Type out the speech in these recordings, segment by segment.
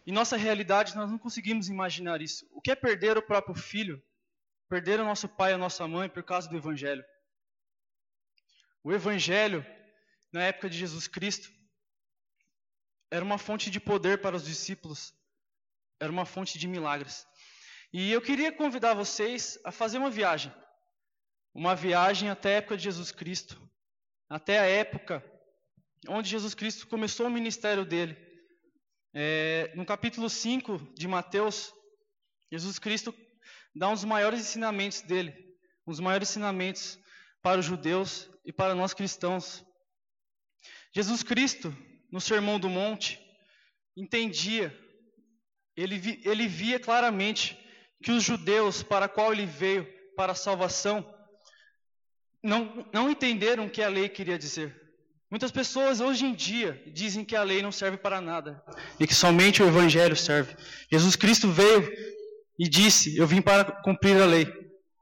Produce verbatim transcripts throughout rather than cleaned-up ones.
Em nossa realidade, nós não conseguimos imaginar isso. O que é perder o próprio filho? Perder o nosso pai e a nossa mãe por causa do Evangelho. O Evangelho, na época de Jesus Cristo, era uma fonte de poder para os discípulos. Era uma fonte de milagres. E eu queria convidar vocês a fazer uma viagem. Uma viagem até a época de Jesus Cristo. Até a época onde Jesus Cristo começou o ministério dele. É, no capítulo cinco de Mateus, Jesus Cristo dá um dos maiores ensinamentos dele. Um dos maiores ensinamentos para os judeus e para nós cristãos. Jesus Cristo, no Sermão do Monte, entendia, ele, vi, ele via claramente que os judeus para a qual ele veio para a salvação, não, não entenderam o que a lei queria dizer. Muitas pessoas hoje em dia dizem que a lei não serve para nada e que somente o Evangelho serve. Jesus Cristo veio e disse, eu vim para cumprir a lei.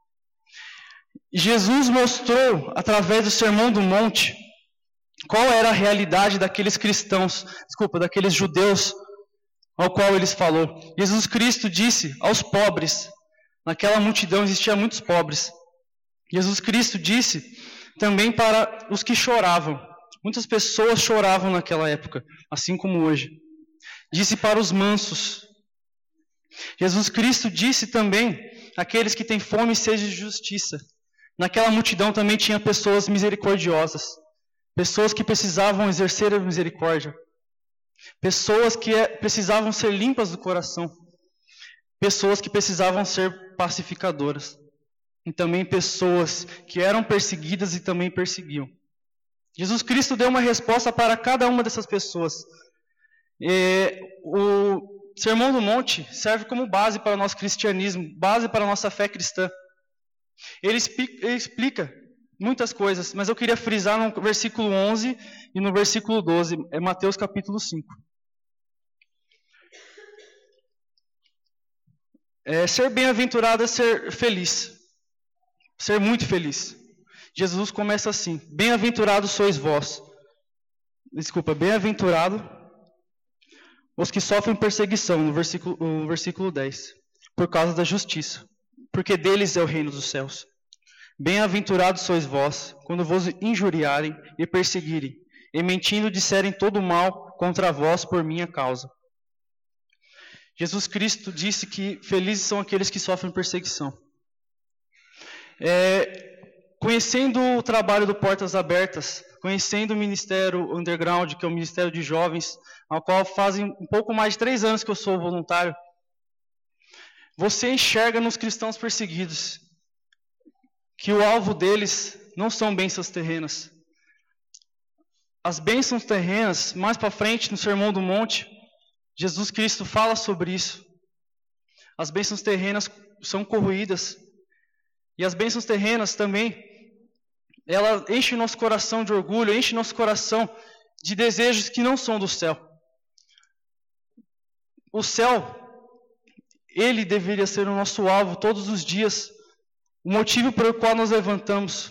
E Jesus mostrou, através do Sermão do Monte, qual era a realidade daqueles cristãos, desculpa, daqueles judeus ao qual eles falou. Jesus Cristo disse aos pobres, naquela multidão existiam muitos pobres. Jesus Cristo disse também para os que choravam. Muitas pessoas choravam naquela época, assim como hoje. Disse para os mansos. Jesus Cristo disse também àqueles que têm fome e sede de justiça. Naquela multidão também tinha pessoas misericordiosas. Pessoas que precisavam exercer a misericórdia. Pessoas que precisavam ser limpas do coração. Pessoas que precisavam ser pacificadoras. E também pessoas que eram perseguidas e também perseguiam. Jesus Cristo deu uma resposta para cada uma dessas pessoas. E o Sermão do Monte serve como base para o nosso cristianismo, base para a nossa fé cristã. Ele explica muitas coisas, mas eu queria frisar no versículo onze e no versículo doze, é Mateus capítulo cinco. É, ser bem-aventurado é ser feliz, ser muito feliz. Jesus começa assim, bem-aventurados sois vós, desculpa, bem-aventurado os que sofrem perseguição, no versículo, no versículo dez, por causa da justiça, porque deles é o reino dos céus. Bem-aventurados sois vós, quando vos injuriarem e perseguirem, e mentindo disserem todo mal contra vós por minha causa. Jesus Cristo disse que felizes são aqueles que sofrem perseguição. É, conhecendo o trabalho do Portas Abertas, conhecendo o Ministério Underground, que é o Ministério de Jovens, ao qual fazem um pouco mais de três anos que eu sou voluntário, você enxerga nos cristãos perseguidos que o alvo deles não são bênçãos terrenas. As bênçãos terrenas, mais para frente no Sermão do Monte, Jesus Cristo fala sobre isso. As bênçãos terrenas são corroídas. E as bênçãos terrenas também, ela enche o nosso coração de orgulho, enche o nosso coração de desejos que não são do céu. O céu, ele deveria ser o nosso alvo todos os dias. O motivo pelo qual nós levantamos.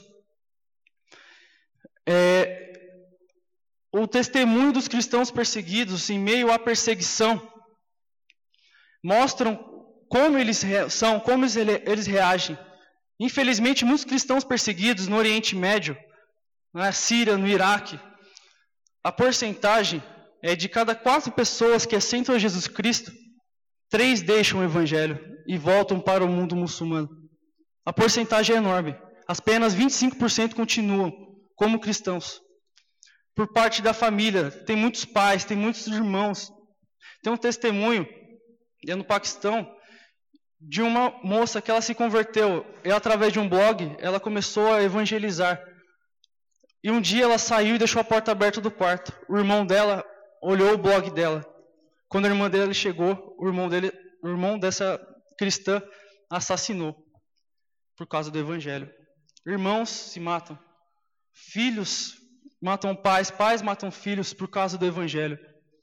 É, o testemunho dos cristãos perseguidos em meio à perseguição mostram como eles são, como eles reagem. Infelizmente, muitos cristãos perseguidos no Oriente Médio, na Síria, no Iraque, a porcentagem é de cada quatro pessoas que aceitam a Jesus Cristo, três deixam o Evangelho e voltam para o mundo muçulmano. A porcentagem é enorme. Apenas vinte e cinco por cento continuam como cristãos. Por parte da família, tem muitos pais, tem muitos irmãos. Tem um testemunho, é no Paquistão, de uma moça que ela se converteu. E através de um blog, ela começou a evangelizar. E um dia ela saiu e deixou a porta aberta do quarto. O irmão dela olhou o blog dela. Quando a irmã dele chegou, o irmão, dele, o irmão dessa cristã assassinou. Por causa do Evangelho. Irmãos se matam. Filhos matam pais. Pais matam filhos por causa do Evangelho.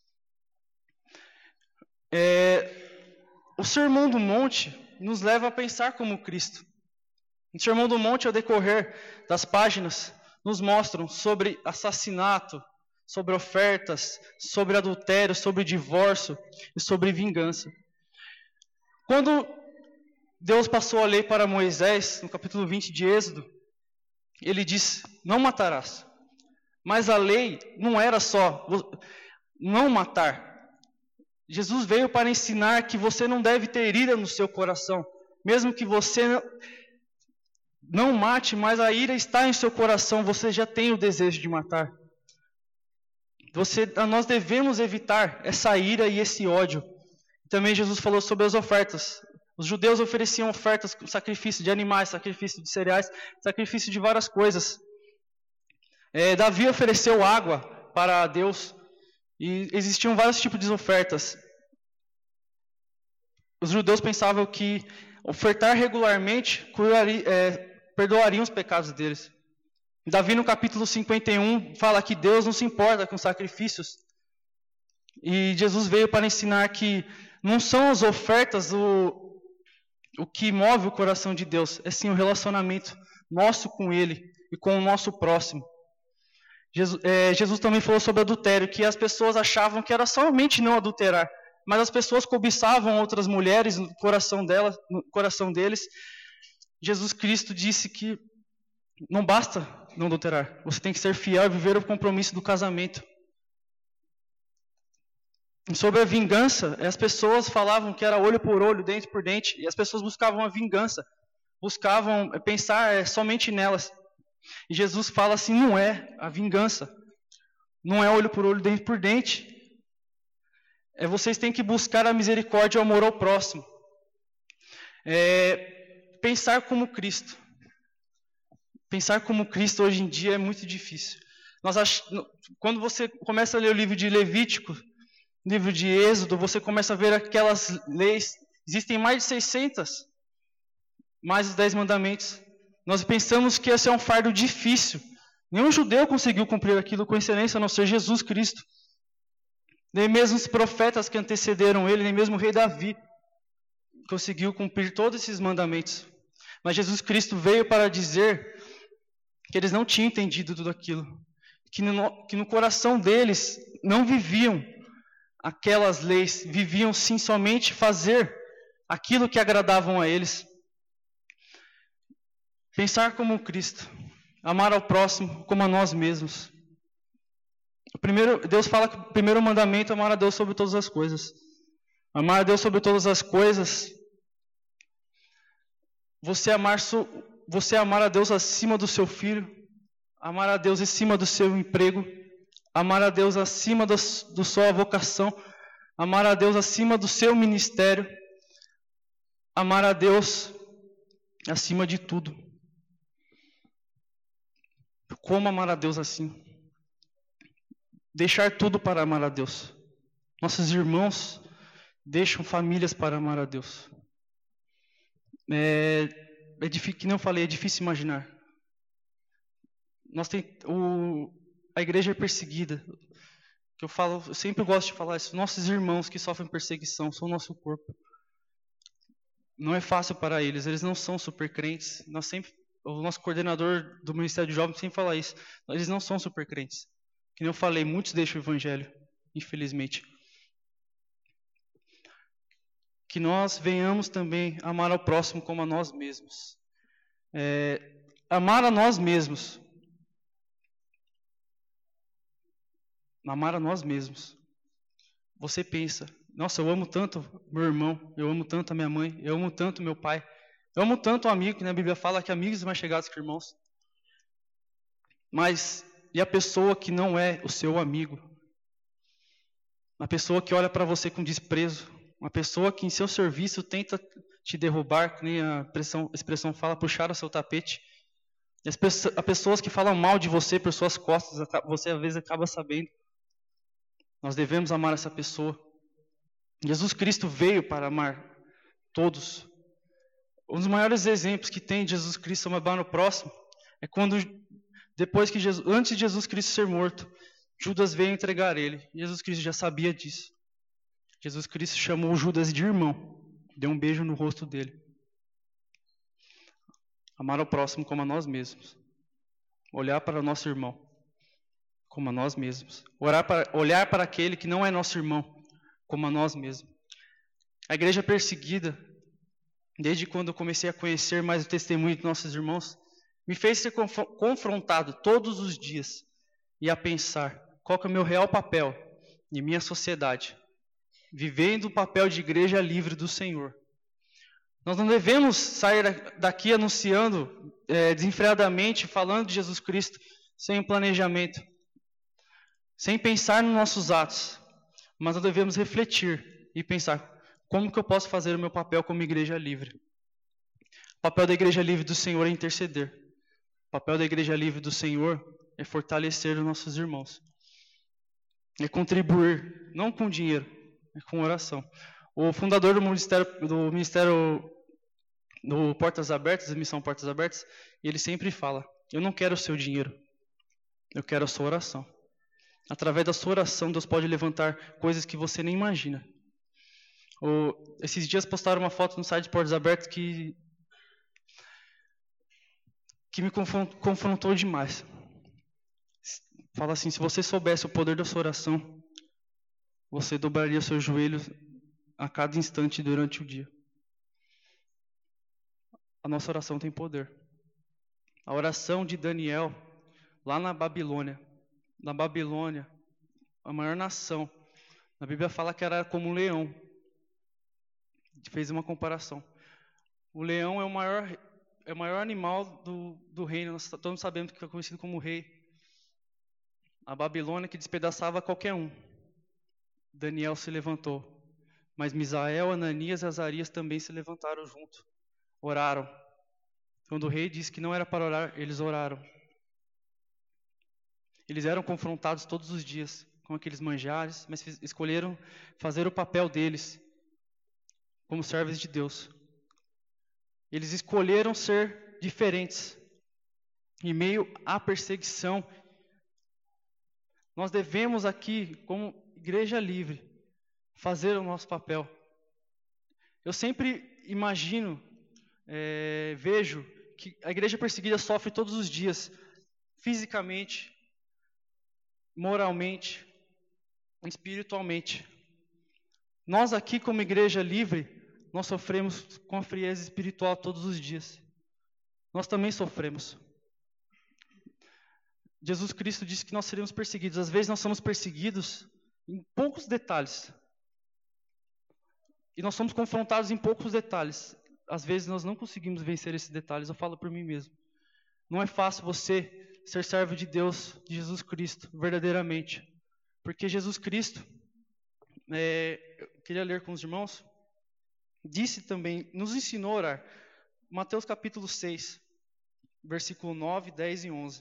É, o Sermão do Monte nos leva a pensar como Cristo. O Sermão do Monte, ao decorrer das páginas, nos mostram sobre assassinato, sobre ofertas, sobre adultério, sobre divórcio e sobre vingança. Quando Deus passou a lei para Moisés, no capítulo vinte de Êxodo, ele disse, não matarás. Mas a lei não era só não matar. Jesus veio para ensinar que você não deve ter ira no seu coração. Mesmo que você não mate, mas a ira está em seu coração, você já tem o desejo de matar. Você, nós devemos evitar essa ira e esse ódio. Também Jesus falou sobre as ofertas. Os judeus ofereciam ofertas, sacrifício de animais, sacrifício de cereais, sacrifício de várias coisas. É, Davi ofereceu água para Deus e existiam vários tipos de ofertas. Os judeus pensavam que ofertar regularmente curaria, é, perdoariam os pecados deles. Davi no capítulo cinquenta e um fala que Deus não se importa com sacrifícios. E Jesus veio para ensinar que não são as ofertas o, o que move o coração de Deus, é sim o relacionamento nosso com Ele e com o nosso próximo. Jesus, é, Jesus também falou sobre adultério, que as pessoas achavam que era somente não adulterar, mas as pessoas cobiçavam outras mulheres no coração delas, no coração deles. Jesus Cristo disse que não basta não adulterar, você tem que ser fiel e viver o compromisso do casamento. Sobre a vingança, as pessoas falavam que era olho por olho, dente por dente, e as pessoas buscavam a vingança, buscavam pensar somente nelas. E Jesus fala assim, não é a vingança, não é olho por olho, dente por dente. É, vocês têm que buscar a misericórdia e o amor ao próximo. É, pensar como Cristo. Pensar como Cristo hoje em dia é muito difícil. Nós ach... Quando você começa a ler o livro de Levítico, livro de Êxodo, você começa a ver aquelas leis. Existem mais de seiscentas, mais os dez mandamentos. Nós pensamos que esse é um fardo difícil. Nenhum judeu conseguiu cumprir aquilo com excelência, a não ser Jesus Cristo. Nem mesmo os profetas que antecederam ele, nem mesmo o rei Davi conseguiu cumprir todos esses mandamentos. Mas Jesus Cristo veio para dizer que eles não tinham entendido tudo aquilo. Que no, que no coração deles não viviam aquelas leis, viviam sim somente fazer aquilo que agradavam a eles. Pensar como Cristo, amar ao próximo como a nós mesmos. O primeiro, Deus fala que o primeiro mandamento é amar a Deus sobre todas as coisas. Amar a Deus sobre todas as coisas, você amar, você amar a Deus acima do seu filho, amar a Deus acima do seu emprego, amar a Deus acima da sua vocação, amar a Deus acima do seu ministério, amar a Deus acima de tudo. Como amar a Deus assim? Deixar tudo para amar a Deus. Nossos irmãos deixam famílias para amar a Deus. É, é difícil, como eu falei, é difícil imaginar. Nós tem, o, a igreja é perseguida. Que eu falo, eu sempre gosto de falar isso. Nossos irmãos que sofrem perseguição são o nosso corpo. Não é fácil para eles. Eles não são super crentes. Nós sempre O nosso coordenador do Ministério de Jovens sempre fala isso. Eles não são super crentes. Como eu falei, muitos deixam o Evangelho, infelizmente. Que nós venhamos também amar ao próximo como a nós mesmos. É, amar a nós mesmos. Amar a nós mesmos. Você pensa, nossa, eu amo tanto meu irmão, eu amo tanto a minha mãe, eu amo tanto meu pai. Eu amo tanto um amigo, né? A Bíblia fala que amigos são mais chegados que irmãos. Mas, e a pessoa que não é o seu amigo? Uma pessoa que olha para você com desprezo. Uma pessoa que em seu serviço tenta te derrubar, que nem a expressão, a expressão fala, puxar o seu tapete. E as pessoas, as pessoas que falam mal de você por suas costas, você às vezes acaba sabendo. Nós devemos amar essa pessoa. Jesus Cristo veio para amar todos. Um dos maiores exemplos que tem de Jesus Cristo amar o próximo é quando, depois que Jesus, antes de Jesus Cristo ser morto, Judas veio entregar ele. Jesus Cristo já sabia disso. Jesus Cristo chamou Judas de irmão, deu um beijo no rosto dele. Amar o próximo como a nós mesmos. Olhar para o nosso irmão como a nós mesmos. Orar para, olhar para aquele que não é nosso irmão, como a nós mesmos. A igreja perseguida, desde quando eu comecei a conhecer mais o testemunho de nossos irmãos, me fez ser confrontado todos os dias e a pensar qual que é o meu real papel em minha sociedade, vivendo o papel de igreja livre do Senhor. Nós não devemos sair daqui anunciando é, desenfreadamente, falando de Jesus Cristo, sem um planejamento, sem pensar nos nossos atos, mas nós devemos refletir e pensar como que eu posso fazer o meu papel como igreja livre. O papel da igreja livre do Senhor é interceder. O papel da igreja livre do Senhor é fortalecer os nossos irmãos. É contribuir, não com dinheiro, é com oração. O fundador do Ministério, do Ministério do Portas Abertas, da Missão Portas Abertas, ele sempre fala, eu não quero o seu dinheiro, eu quero a sua oração. Através da sua oração, Deus pode levantar coisas que você nem imagina. O, esses dias postaram uma foto no site de Portas Abertas que, que me confrontou demais. Fala assim, se você soubesse o poder da sua oração, você dobraria seus joelhos a cada instante durante o dia. A nossa oração tem poder. A oração de Daniel, lá na Babilônia, na Babilônia, a maior nação, a Bíblia fala que era como um leão. Fez uma comparação. O leão é o maior, é o maior animal do, do reino, nós todos sabemos que é conhecido como rei. A Babilônia que despedaçava qualquer um. Daniel se levantou, mas Misael, Ananias e Azarias também se levantaram junto. Oraram. Quando o rei disse que não era para orar, eles oraram. Eles eram confrontados todos os dias com aqueles manjares, mas escolheram fazer o papel deles como servos de Deus. Eles escolheram ser diferentes. Em meio à perseguição, nós devemos aqui, como igreja livre, fazer o nosso papel. Eu sempre imagino, é, vejo que a igreja perseguida sofre todos os dias, fisicamente, moralmente, espiritualmente. Nós aqui, como igreja livre, nós sofremos com a frieza espiritual todos os dias. Nós também sofremos. Jesus Cristo disse que nós seríamos perseguidos. Às vezes nós somos perseguidos em poucos detalhes. E nós somos confrontados em poucos detalhes. Às vezes nós não conseguimos vencer esses detalhes. Eu falo por mim mesmo. Não é fácil você ser servo de Deus, de Jesus Cristo, verdadeiramente. Porque Jesus Cristo, é, eu queria ler com os irmãos, disse também, nos ensinou a orar. Mateus capítulo seis, versículo nove, dez e onze.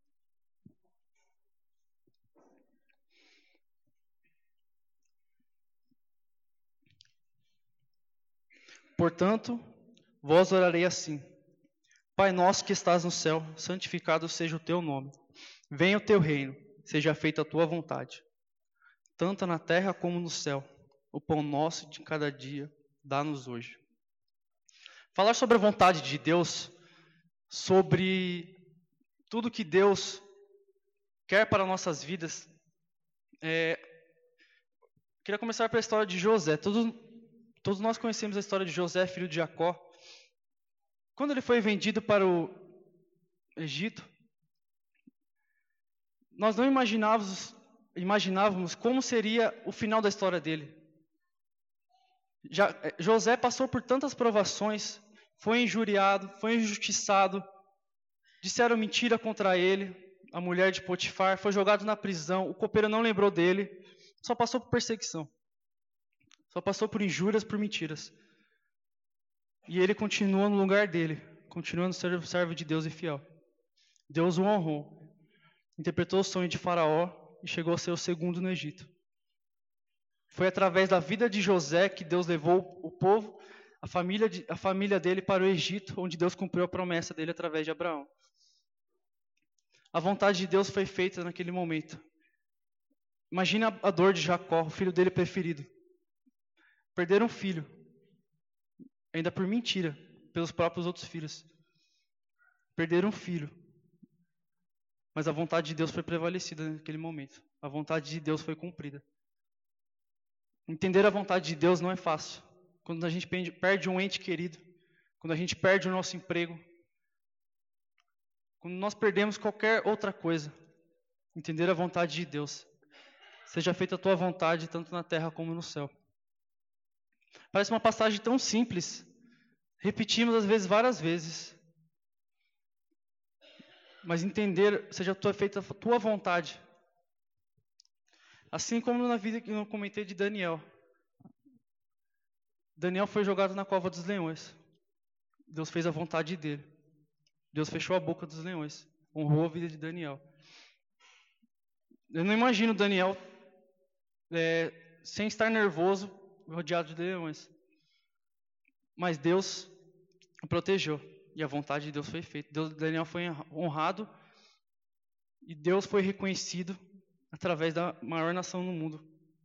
Portanto, vós orarei assim: Pai nosso que estás no céu, santificado seja o teu nome. Venha o teu reino, seja feita a tua vontade, tanto na terra como no céu. O pão nosso de cada dia, dá-nos hoje. Falar sobre a vontade de Deus, sobre tudo que Deus quer para nossas vidas. É, queria começar pela história de José. Todos, todos nós conhecemos a história de José, filho de Jacó. Quando ele foi vendido para o Egito, nós não imaginávamos, imaginávamos como seria o final da história dele. Já, José passou por tantas provações, foi injuriado, foi injustiçado, disseram mentira contra ele, a mulher de Potifar, foi jogado na prisão, o copeiro não lembrou dele, só passou por perseguição, só passou por injúrias, por mentiras. E ele continua no lugar dele, continuando sendo servo de Deus e fiel. Deus o honrou, interpretou o sonho de Faraó e chegou a ser o segundo no Egito. Foi através da vida de José que Deus levou o povo, a família, de, a família dele para o Egito, onde Deus cumpriu a promessa dele através de Abraão. A vontade de Deus foi feita naquele momento. Imagina a dor de Jacó, o filho dele preferido. Perder um filho, ainda por mentira, pelos próprios outros filhos. Perder um filho. mas a vontade de Deus foi prevalecida naquele momento. A vontade de Deus foi cumprida. Entender a vontade de Deus não é fácil. Quando a gente perde um ente querido, quando a gente perde o nosso emprego, quando nós perdemos qualquer outra coisa, entender a vontade de Deus. Seja feita a tua vontade, tanto na terra como no céu. Parece uma passagem tão simples. Repetimos às vezes várias vezes. Mas entender, seja tua, feita a tua vontade. Assim como na vida que eu comentei de Daniel. Daniel foi jogado na cova dos leões. Deus fez a vontade dele. Deus fechou a boca dos leões. Honrou a vida de Daniel. Eu não imagino Daniel é, sem estar nervoso, rodeado de leões. Mas Deus o protegeu. E a vontade de Deus foi feita. Deus, Daniel foi honrado. E Deus foi reconhecido através da maior nação no mundo.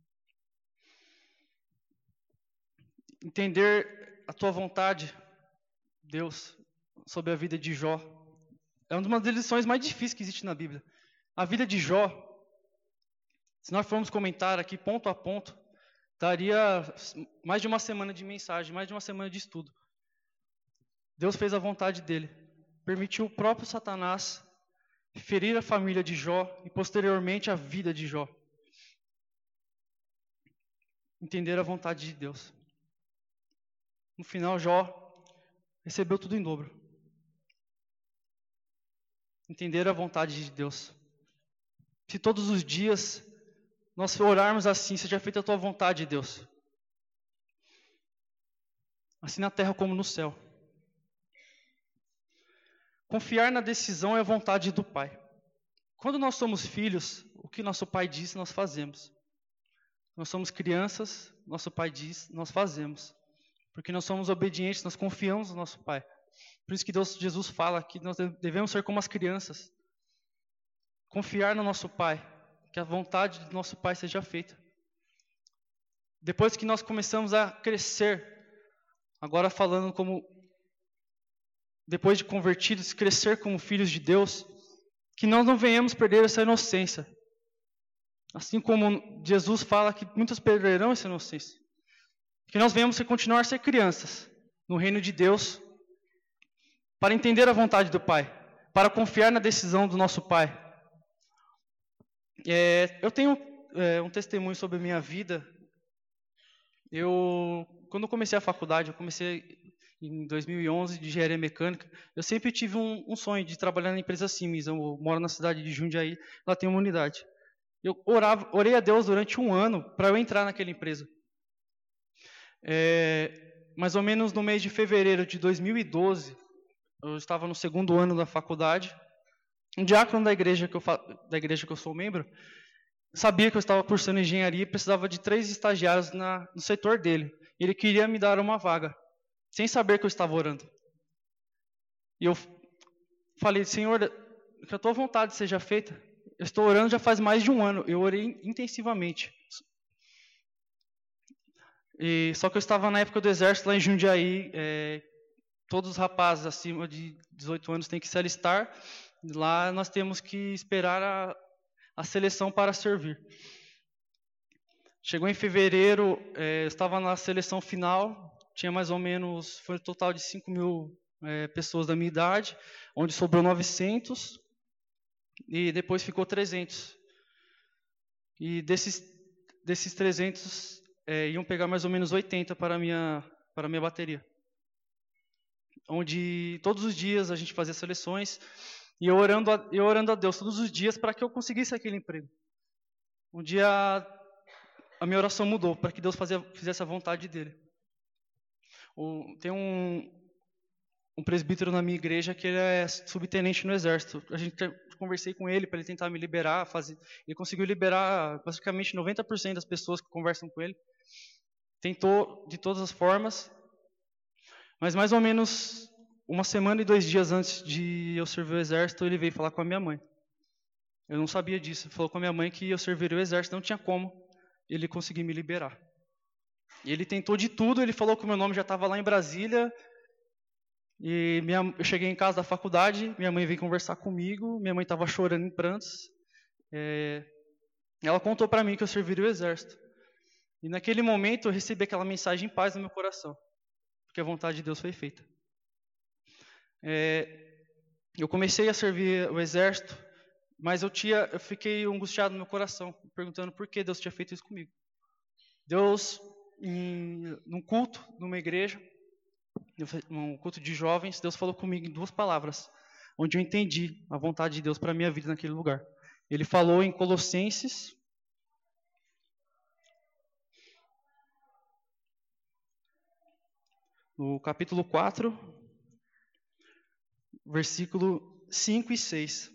Entender a tua vontade, Deus, sobre a vida de Jó, é uma das lições mais difíceis que existe na Bíblia. A vida de Jó, se nós formos comentar aqui ponto a ponto, daria mais de uma semana de mensagem, mais de uma semana de estudo. Deus fez a vontade dele, permitiu o próprio Satanás ferir a família de Jó e posteriormente a vida de Jó. Entender a vontade de Deus. No final, Jó recebeu tudo em dobro. Entender a vontade de Deus. Se todos os dias nós orarmos assim, seja feita a tua vontade, Deus. Assim na terra como no céu. Confiar na decisão é a vontade do Pai. Quando nós somos filhos, o que nosso Pai diz, nós fazemos. Nós somos crianças, nosso Pai diz, nós fazemos. Porque nós somos obedientes, nós confiamos no nosso Pai. Por isso que Deus, Jesus fala que nós devemos ser como as crianças. Confiar no nosso Pai, que a vontade do nosso Pai seja feita. Depois que nós começamos a crescer, agora falando como, depois de convertidos, crescer como filhos de Deus, que nós não venhamos perder essa inocência. Assim como Jesus fala que muitos perderão essa inocência. Que nós venhamos continuar a ser crianças no reino de Deus, para entender a vontade do Pai, para confiar na decisão do nosso Pai. É, eu tenho é, um testemunho sobre a minha vida. Eu, quando eu comecei a faculdade, eu comecei em dois mil e onze de engenharia mecânica. Eu sempre tive um, um sonho de trabalhar na empresa Siemens. Eu moro na cidade de Jundiaí, lá tem uma unidade. Eu orava, orei a Deus durante um ano para eu entrar naquela empresa. É, mais ou menos no mês de fevereiro de dois mil e doze, eu estava no segundo ano da faculdade. Um diácono da igreja que eu, da igreja que eu sou membro sabia que eu estava cursando engenharia e precisava de três estagiários na, no setor dele. Ele queria me dar uma vaga, sem saber que eu estava orando. E eu falei, Senhor, que a tua vontade seja feita. Eu estou orando já faz mais de um ano. Eu orei intensivamente. E, só que eu estava na época do exército lá em Jundiaí. É, todos os rapazes acima de dezoito anos têm que se alistar. Lá nós temos que esperar a, a seleção para servir. Chegou em fevereiro, é, eu estava na seleção final. Tinha mais ou menos, foi um total de cinco mil é, pessoas da minha idade, onde sobrou novecentos e depois ficou trezentos. E desses, desses trezentos, é, iam pegar mais ou menos oitenta para a minha, para a minha bateria. Onde todos os dias a gente fazia seleções e eu orando a, eu orando a Deus todos os dias para que eu conseguisse aquele emprego. Um dia a minha oração mudou para que Deus fazia, fizesse a vontade dele. O, tem um, um presbítero na minha igreja que ele é subtenente no exército. A gente conversei com ele para ele tentar me liberar. Fazer, ele conseguiu liberar basicamente noventa por cento das pessoas que conversam com ele. Tentou de todas as formas. Mas mais ou menos uma semana e dois dias antes de eu servir o exército, ele veio falar com a minha mãe. Eu não sabia disso. Ele falou com a minha mãe que eu serviria o exército, não tinha como ele conseguir me liberar. E ele tentou de tudo, ele falou que o meu nome já estava lá em Brasília. E minha, eu cheguei em casa da faculdade, minha mãe veio conversar comigo, minha mãe estava chorando em prantos. É, ela contou para mim que eu serviria o exército. E naquele momento eu recebi aquela mensagem em paz no meu coração, porque a vontade de Deus foi feita. É, eu comecei a servir o exército, mas eu, tinha, eu fiquei angustiado no meu coração, perguntando por que Deus tinha feito isso comigo. Deus, em, num culto, numa igreja, num culto de jovens, Deus falou comigo em duas palavras, onde eu entendi a vontade de Deus para a minha vida naquele lugar. Ele falou em Colossenses, no capítulo quatro, versículo cinco e seis.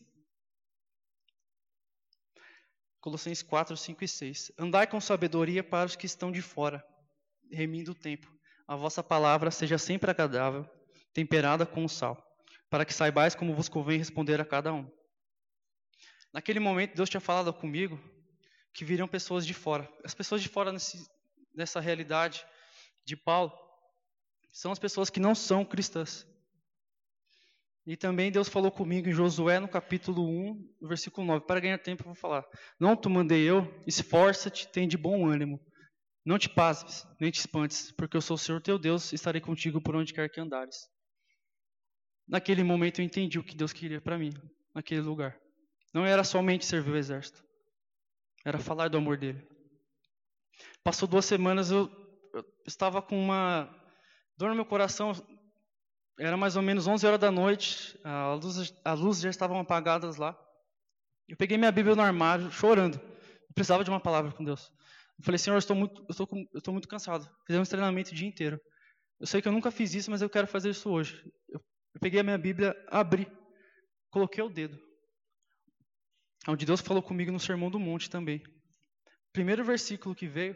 Colossenses quatro, cinco e seis. Andai com sabedoria para os que estão de fora, remindo o tempo. A vossa palavra seja sempre agradável, temperada com sal, para que saibais como vos convém responder a cada um. Naquele momento, Deus tinha falado comigo que viriam pessoas de fora. As pessoas de fora nesse, nessa realidade de Paulo são as pessoas que não são cristãs. E também Deus falou comigo em Josué, no capítulo um, versículo nove. Para ganhar tempo, eu vou falar. Não te mandei eu, esforça-te, tem de bom ânimo. Não te pasmes, nem te espantes, porque eu sou o Senhor teu Deus, estarei contigo por onde quer que andares. Naquele momento eu entendi o que Deus queria para mim, naquele lugar. Não era somente servir o exército, era falar do amor dele. Passou duas semanas, eu, eu estava com uma dor no meu coração. Era mais ou menos onze horas da noite, a luz, a luz já estavam apagadas lá. Eu peguei minha Bíblia no armário, chorando. Eu precisava de uma palavra com Deus. Eu falei, Senhor, eu estou muito, eu estou, eu estou muito cansado. Fizemos treinamento o dia inteiro. Eu sei que eu nunca fiz isso, mas eu quero fazer isso hoje. Eu, eu peguei a minha Bíblia, abri, coloquei o dedo. Onde Deus falou comigo no Sermão do Monte também. O primeiro versículo que veio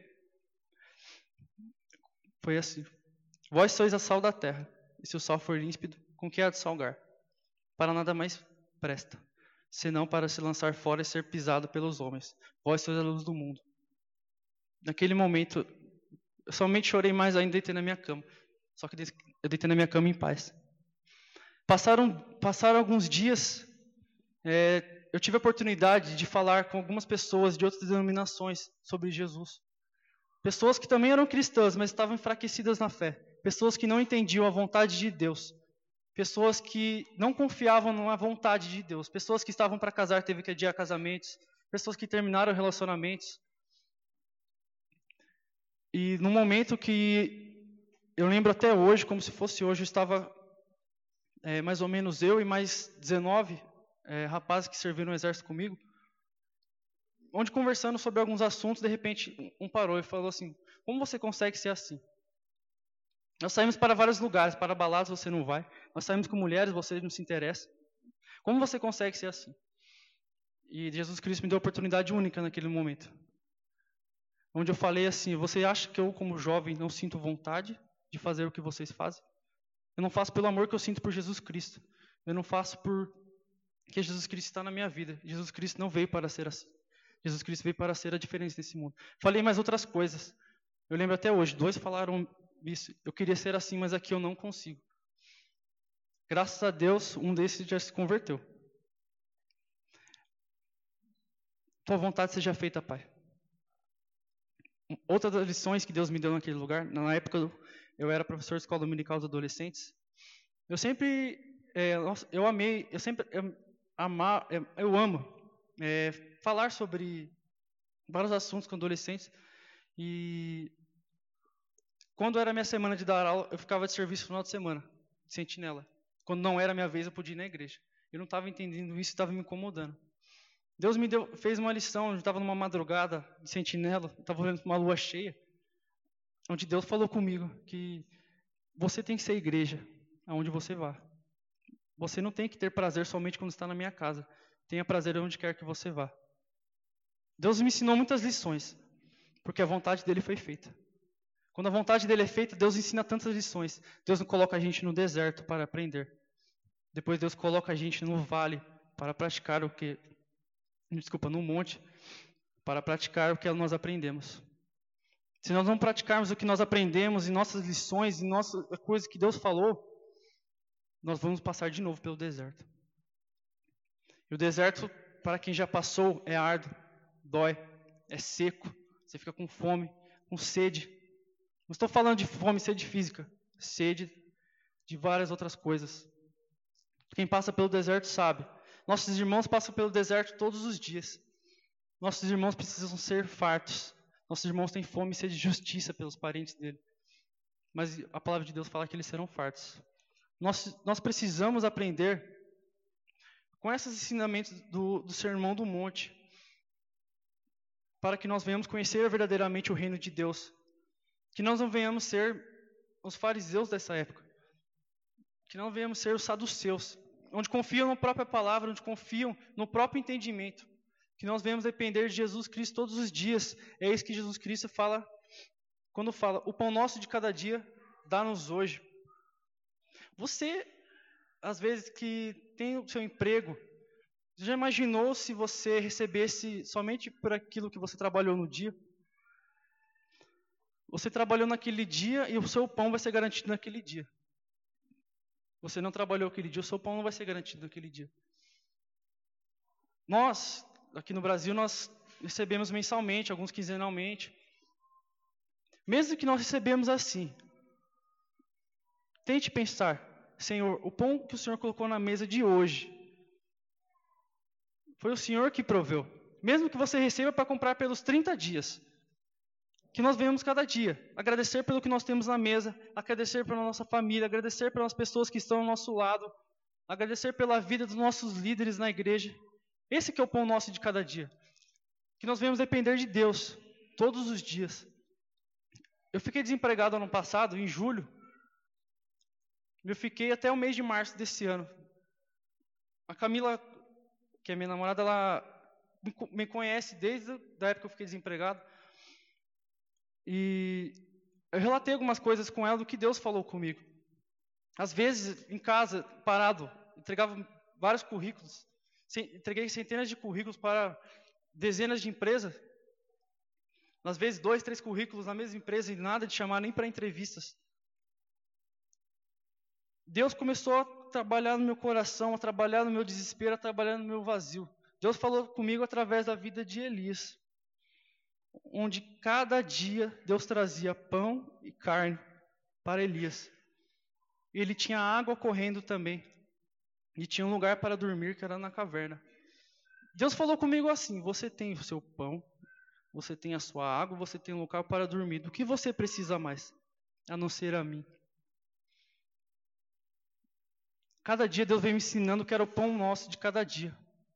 foi assim: Vós sois a sal da terra. E se o sal for límpido, com que há de salgar? Para nada mais presta, senão para se lançar fora e ser pisado pelos homens. Vós sois a luz do mundo. Naquele momento, eu somente chorei mais ainda, deitei na minha cama. Só que eu deitei na minha cama em paz. Passaram, passaram alguns dias, é, eu tive a oportunidade de falar com algumas pessoas de outras denominações sobre Jesus. Pessoas que também eram cristãs, mas estavam enfraquecidas na fé. Pessoas que não entendiam a vontade de Deus. Pessoas que não confiavam na vontade de Deus. Pessoas que estavam para casar, teve que adiar casamentos. Pessoas que terminaram relacionamentos. E no momento que eu lembro até hoje, como se fosse hoje, eu estava é, mais ou menos eu e mais dezenove é, rapazes que serviram no exército comigo, onde conversando sobre alguns assuntos, de repente um parou e falou assim: como você consegue ser assim? Nós saímos para vários lugares, para baladas você não vai, nós saímos com mulheres, você não se interessa. Como você consegue ser assim? E Jesus Cristo me deu uma oportunidade única naquele momento, onde eu falei assim: você acha que eu, como jovem, não sinto vontade de fazer o que vocês fazem? Eu não faço pelo amor que eu sinto por Jesus Cristo. Eu não faço por que Jesus Cristo está na minha vida. Jesus Cristo não veio para ser assim. Jesus Cristo veio para ser a diferença desse mundo. Falei mais outras coisas. Eu lembro até hoje, dois falaram isso. Eu queria ser assim, mas aqui eu não consigo. Graças a Deus, um desses já se converteu. Tua vontade seja feita, Pai. Outra das lições que Deus me deu naquele lugar, na época eu era professor de escola dominical dos adolescentes. Eu sempre, é, eu amei, eu sempre eu, amar, eu amo é, falar sobre vários assuntos com adolescentes. E quando era minha semana de dar aula, eu ficava de serviço no final de semana, de sentinela. Quando não era minha vez, eu podia ir na igreja. Eu não estava entendendo isso, estava me incomodando. Deus me deu, fez uma lição, eu estava numa madrugada de sentinela, estava olhando para uma lua cheia, onde Deus falou comigo que você tem que ser igreja, aonde você vá. Você não tem que ter prazer somente quando está na minha casa. Tenha prazer onde quer que você vá. Deus me ensinou muitas lições, porque a vontade dele foi feita. Quando a vontade dele é feita, Deus ensina tantas lições. Deus não coloca a gente no deserto para aprender. Depois Deus coloca a gente no vale para praticar o que... Desculpa, no monte, para praticar o que nós aprendemos. Se nós não praticarmos o que nós aprendemos em nossas lições, em nossas coisas que Deus falou, nós vamos passar de novo pelo deserto. E o deserto, para quem já passou, é árduo, dói, é seco, você fica com fome, com sede. Não estou falando de fome, sede física, sede de várias outras coisas. Quem passa pelo deserto sabe. Nossos irmãos passam pelo deserto todos os dias. Nossos irmãos precisam ser fartos. Nossos irmãos têm fome e sede de justiça pelos parentes dele. Mas a palavra de Deus fala que eles serão fartos. Nós, nós precisamos aprender com esses ensinamentos do, do Sermão do Monte, para que nós venhamos conhecer verdadeiramente o reino de Deus. Que nós não venhamos ser os fariseus dessa época. Que não venhamos ser os saduceus, onde confiam na própria palavra, onde confiam no próprio entendimento. Que nós venhamos depender de Jesus Cristo todos os dias. É isso que Jesus Cristo fala, quando fala, o pão nosso de cada dia, dá-nos hoje. Você, às vezes que tem o seu emprego, já imaginou se você recebesse somente por aquilo que você trabalhou no dia? Você trabalhou naquele dia e o seu pão vai ser garantido naquele dia. Você não trabalhou aquele dia, o seu pão não vai ser garantido naquele dia. Nós, aqui no Brasil, nós recebemos mensalmente, alguns quinzenalmente. Mesmo que nós recebemos assim, tente pensar, Senhor, o pão que o Senhor colocou na mesa de hoje, foi o Senhor que proveu. Mesmo que você receba para comprar pelos trinta dias, que nós venhamos cada dia agradecer pelo que nós temos na mesa, agradecer pela nossa família, agradecer pelas pessoas que estão ao nosso lado, agradecer pela vida dos nossos líderes na igreja. Esse que é o pão nosso de cada dia. Que nós venhamos depender de Deus todos os dias. Eu fiquei desempregado ano passado, em julho. Eu fiquei até o mês de março desse ano. A Camila, que é minha namorada, ela me conhece desde a época que eu fiquei desempregado. E eu relatei algumas coisas com ela do que Deus falou comigo. Às vezes, em casa, parado, entregava vários currículos. Entreguei centenas de currículos para dezenas de empresas. Às vezes, dois, três currículos na mesma empresa e nada de chamar nem para entrevistas. Deus começou a trabalhar no meu coração, a trabalhar no meu desespero, a trabalhar no meu vazio. Deus falou comigo através da vida de Elias, onde cada dia Deus trazia pão e carne para Elias. Ele tinha água correndo também. E tinha um lugar para dormir, que era na caverna. Deus falou comigo assim, você tem o seu pão, você tem a sua água, você tem um local para dormir. Do que você precisa mais? A não ser a mim. Cada dia Deus vem me ensinando que era o pão nosso de cada dia.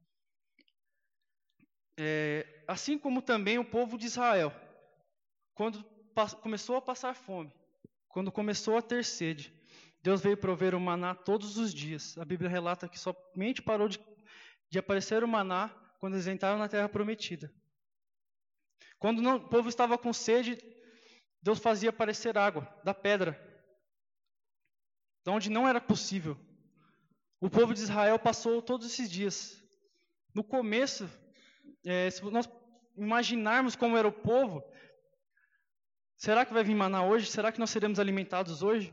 É, assim como também o povo de Israel, quando começou a passar fome, quando começou a ter sede, Deus veio prover o maná todos os dias. A Bíblia relata que somente parou de, de aparecer o maná quando eles entraram na terra prometida. Quando não, o povo estava com sede, Deus fazia aparecer água da pedra, de onde não era possível. O povo de Israel passou todos esses dias. No começo, é, se nós imaginarmos como era o povo, será que vai vir maná hoje? Será que nós seremos alimentados hoje?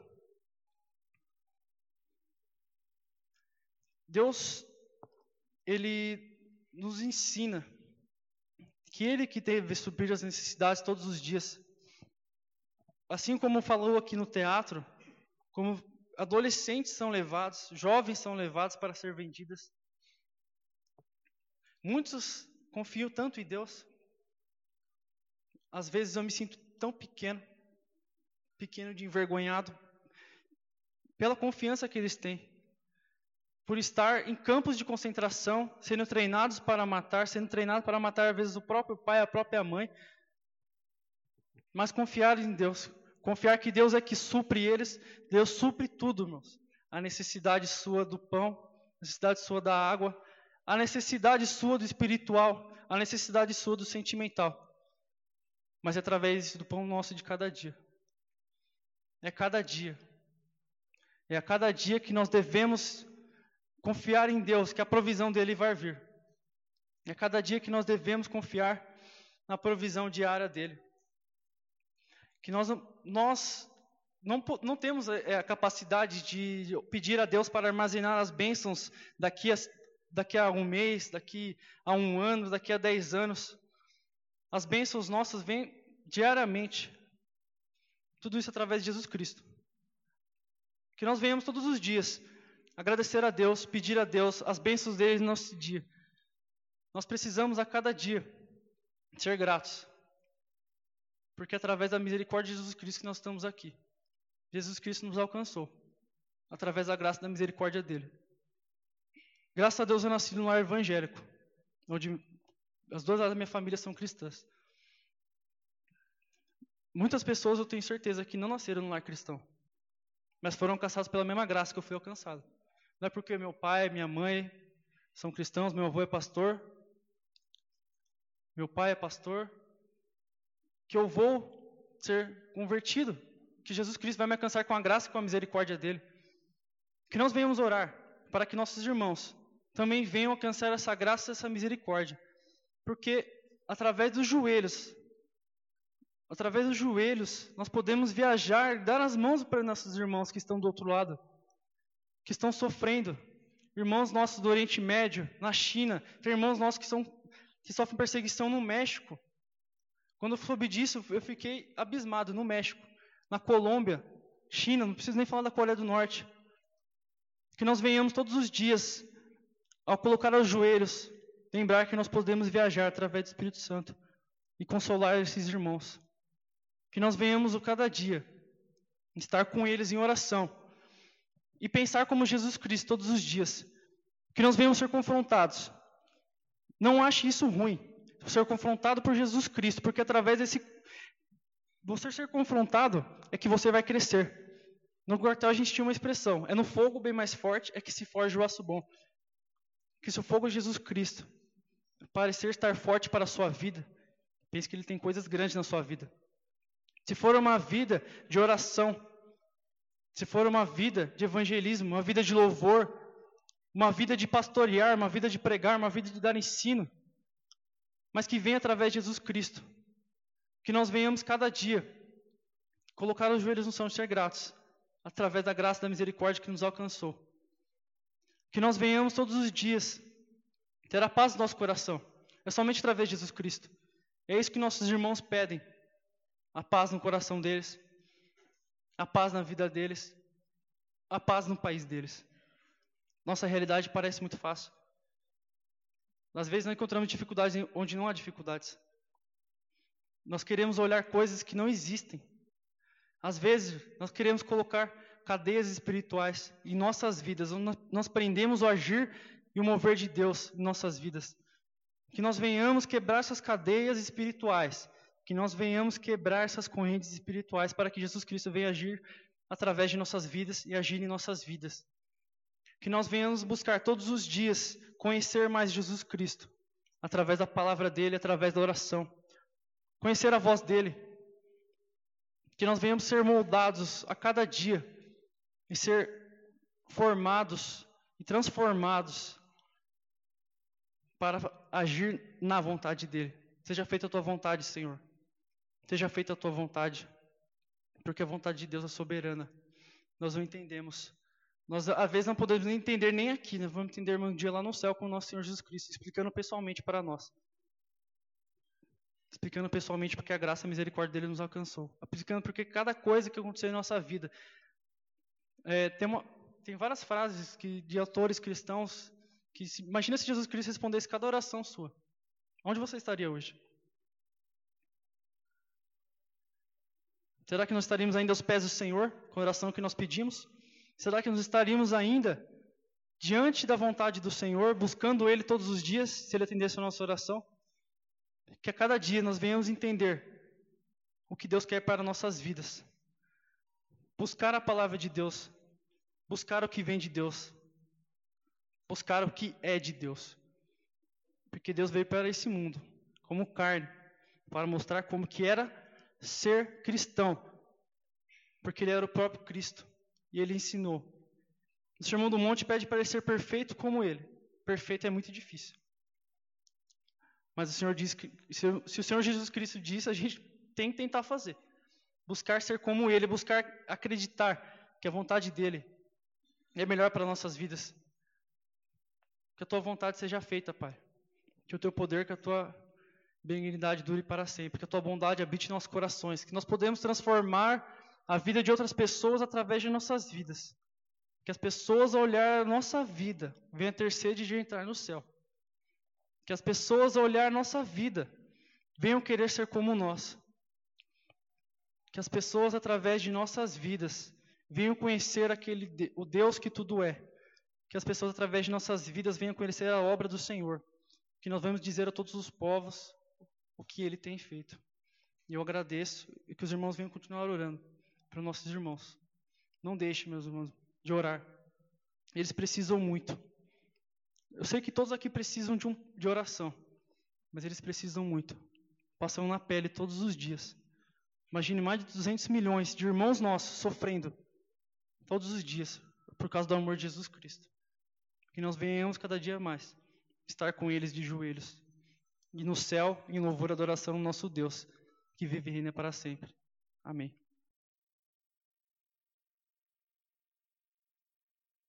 Deus, Ele nos ensina que Ele que deve suprir as necessidades todos os dias. Assim como falou aqui no teatro, como adolescentes são levados, jovens são levados para ser vendidas. Muitos confiam tanto em Deus. Às vezes eu me sinto tão pequeno, pequeno de envergonhado, pela confiança que eles têm. Por estar em campos de concentração, sendo treinados para matar, sendo treinados para matar às vezes o próprio pai, a própria mãe. Mas confiar em Deus, confiar que Deus é que supre eles, Deus supre tudo, irmãos. A necessidade sua do pão, a necessidade sua da água, a necessidade sua do espiritual, a necessidade sua do sentimental. Mas é através do pão nosso de cada dia. É cada dia. É a cada dia que nós devemos confiar em Deus, que a provisão dele vai vir. É cada dia que nós devemos confiar na provisão diária dele. Que nós, nós não, não temos é, a capacidade de pedir a Deus para armazenar as bênçãos daqui a, daqui a um mês, daqui a um ano, daqui a dez anos. As bênçãos nossas vêm diariamente. Tudo isso através de Jesus Cristo. Que nós venhamos todos os dias agradecer a Deus, pedir a Deus as bênçãos dele no nosso dia. Nós precisamos a cada dia ser gratos. Porque é através da misericórdia de Jesus Cristo que nós estamos aqui. Jesus Cristo nos alcançou. Através da graça e da misericórdia dele. Graças a Deus eu nasci num lar evangélico. Onde as duas da minha família são cristãs. Muitas pessoas eu tenho certeza que não nasceram num lar cristão. Mas foram alcançados pela mesma graça que eu fui alcançado. Não é porque meu pai, minha mãe são cristãos, meu avô é pastor, meu pai é pastor, que eu vou ser convertido, que Jesus Cristo vai me alcançar com a graça e com a misericórdia dele. Que nós venhamos orar para que nossos irmãos também venham alcançar essa graça e essa misericórdia. Porque através dos joelhos, através dos joelhos, nós podemos viajar, dar as mãos para nossos irmãos que estão do outro lado, que estão sofrendo. Irmãos nossos do Oriente Médio, na China, tem irmãos nossos que, são, que sofrem perseguição no México. Quando eu soube disso, eu fiquei abismado. No México, na Colômbia, China, não preciso nem falar da Coreia do Norte. Que nós venhamos todos os dias, ao colocar os joelhos, lembrar que nós podemos viajar através do Espírito Santo e consolar esses irmãos. Que nós venhamos a cada dia estar com eles em oração e pensar como Jesus Cristo todos os dias. Que nós venhamos ser confrontados. Não ache isso ruim, ser confrontado por Jesus Cristo, porque através desse você ser confrontado é que você vai crescer. No quartel a gente tinha uma expressão: é no fogo bem mais forte é que se forja o aço bom. Que se o fogo de Jesus Cristo parecer estar forte para a sua vida, pense que ele tem coisas grandes na sua vida. Se for uma vida de oração, se for uma vida de evangelismo, uma vida de louvor, uma vida de pastorear, uma vida de pregar, uma vida de dar ensino, mas que venha através de Jesus Cristo. Que nós venhamos cada dia colocar os joelhos no chão e ser gratos, através da graça e da misericórdia que nos alcançou. Que nós venhamos todos os dias ter a paz no nosso coração. É somente através de Jesus Cristo. É isso que nossos irmãos pedem. A paz no coração deles, a paz na vida deles, a paz no país deles. Nossa realidade parece muito fácil. Às vezes nós encontramos dificuldades onde não há dificuldades. Nós queremos olhar coisas que não existem. Às vezes nós queremos colocar cadeias espirituais em nossas vidas, onde nós prendemos o agir e o mover de Deus em nossas vidas. Que nós venhamos quebrar essas cadeias espirituais. Que nós venhamos quebrar essas correntes espirituais para que Jesus Cristo venha agir através de nossas vidas e agir em nossas vidas. Que nós venhamos buscar todos os dias conhecer mais Jesus Cristo, através da palavra dele, através da oração. Conhecer a voz dele. Que nós venhamos ser moldados a cada dia e ser formados e transformados para agir na vontade dele. Seja feita a tua vontade, Senhor. Seja feita a tua vontade, porque a vontade de Deus é soberana. Nós não entendemos. Nós, às vezes, não podemos nem entender nem aqui. Nós vamos entender um dia lá no céu com o nosso Senhor Jesus Cristo, explicando pessoalmente para nós. Explicando pessoalmente porque a graça e a misericórdia dele nos alcançou. Explicando porque cada coisa que aconteceu em nossa vida. É, tem, uma, tem várias frases que, de autores cristãos que, se, imagina se Jesus Cristo respondesse cada oração sua. Onde você estaria hoje? Será que nós estaríamos ainda aos pés do Senhor, com a oração que nós pedimos? Será que nós estaríamos ainda diante da vontade do Senhor, buscando Ele todos os dias, se Ele atendesse a nossa oração? Que a cada dia nós venhamos entender o que Deus quer para nossas vidas. Buscar a palavra de Deus. Buscar o que vem de Deus. Buscar o que é de Deus. Porque Deus veio para esse mundo, como carne, para mostrar como que era ser cristão. Porque ele era o próprio Cristo. E ele ensinou. O Sermão do Monte pede para ele ser perfeito como ele. Perfeito é muito difícil. Mas o Senhor diz que, se, se o Senhor Jesus Cristo disse, a gente tem que tentar fazer. buscar ser como Ele, buscar acreditar que a vontade dEle é melhor para nossas vidas. Que a Tua vontade seja feita, Pai. Que o Teu poder, que a Tua benignidade dure para sempre. Que a Tua bondade habite em nossos corações. Que nós podemos transformar a vida de outras pessoas através de nossas vidas. Que as pessoas, ao olhar a nossa vida, venham ter sede de entrar no céu. Que as pessoas, ao olhar a nossa vida, venham querer ser como nós. Que as pessoas, através de nossas vidas, venham conhecer aquele, o Deus que tudo é. Que as pessoas, através de nossas vidas, venham conhecer a obra do Senhor. Que nós vamos dizer a todos os povos o que Ele tem feito. E eu agradeço e que os irmãos venham continuar orando para os nossos irmãos. Não deixe, meus irmãos, de orar. Eles precisam muito. Eu sei que todos aqui precisam de, um, de oração, mas eles precisam muito. Passam na pele todos os dias. Imagine mais de duzentos milhões de irmãos nossos sofrendo todos os dias por causa do amor de Jesus Cristo. Que nós venhamos cada dia mais estar com eles de joelhos e no céu, em louvor e adoração ao nosso Deus, que vive e reina para sempre. Amém.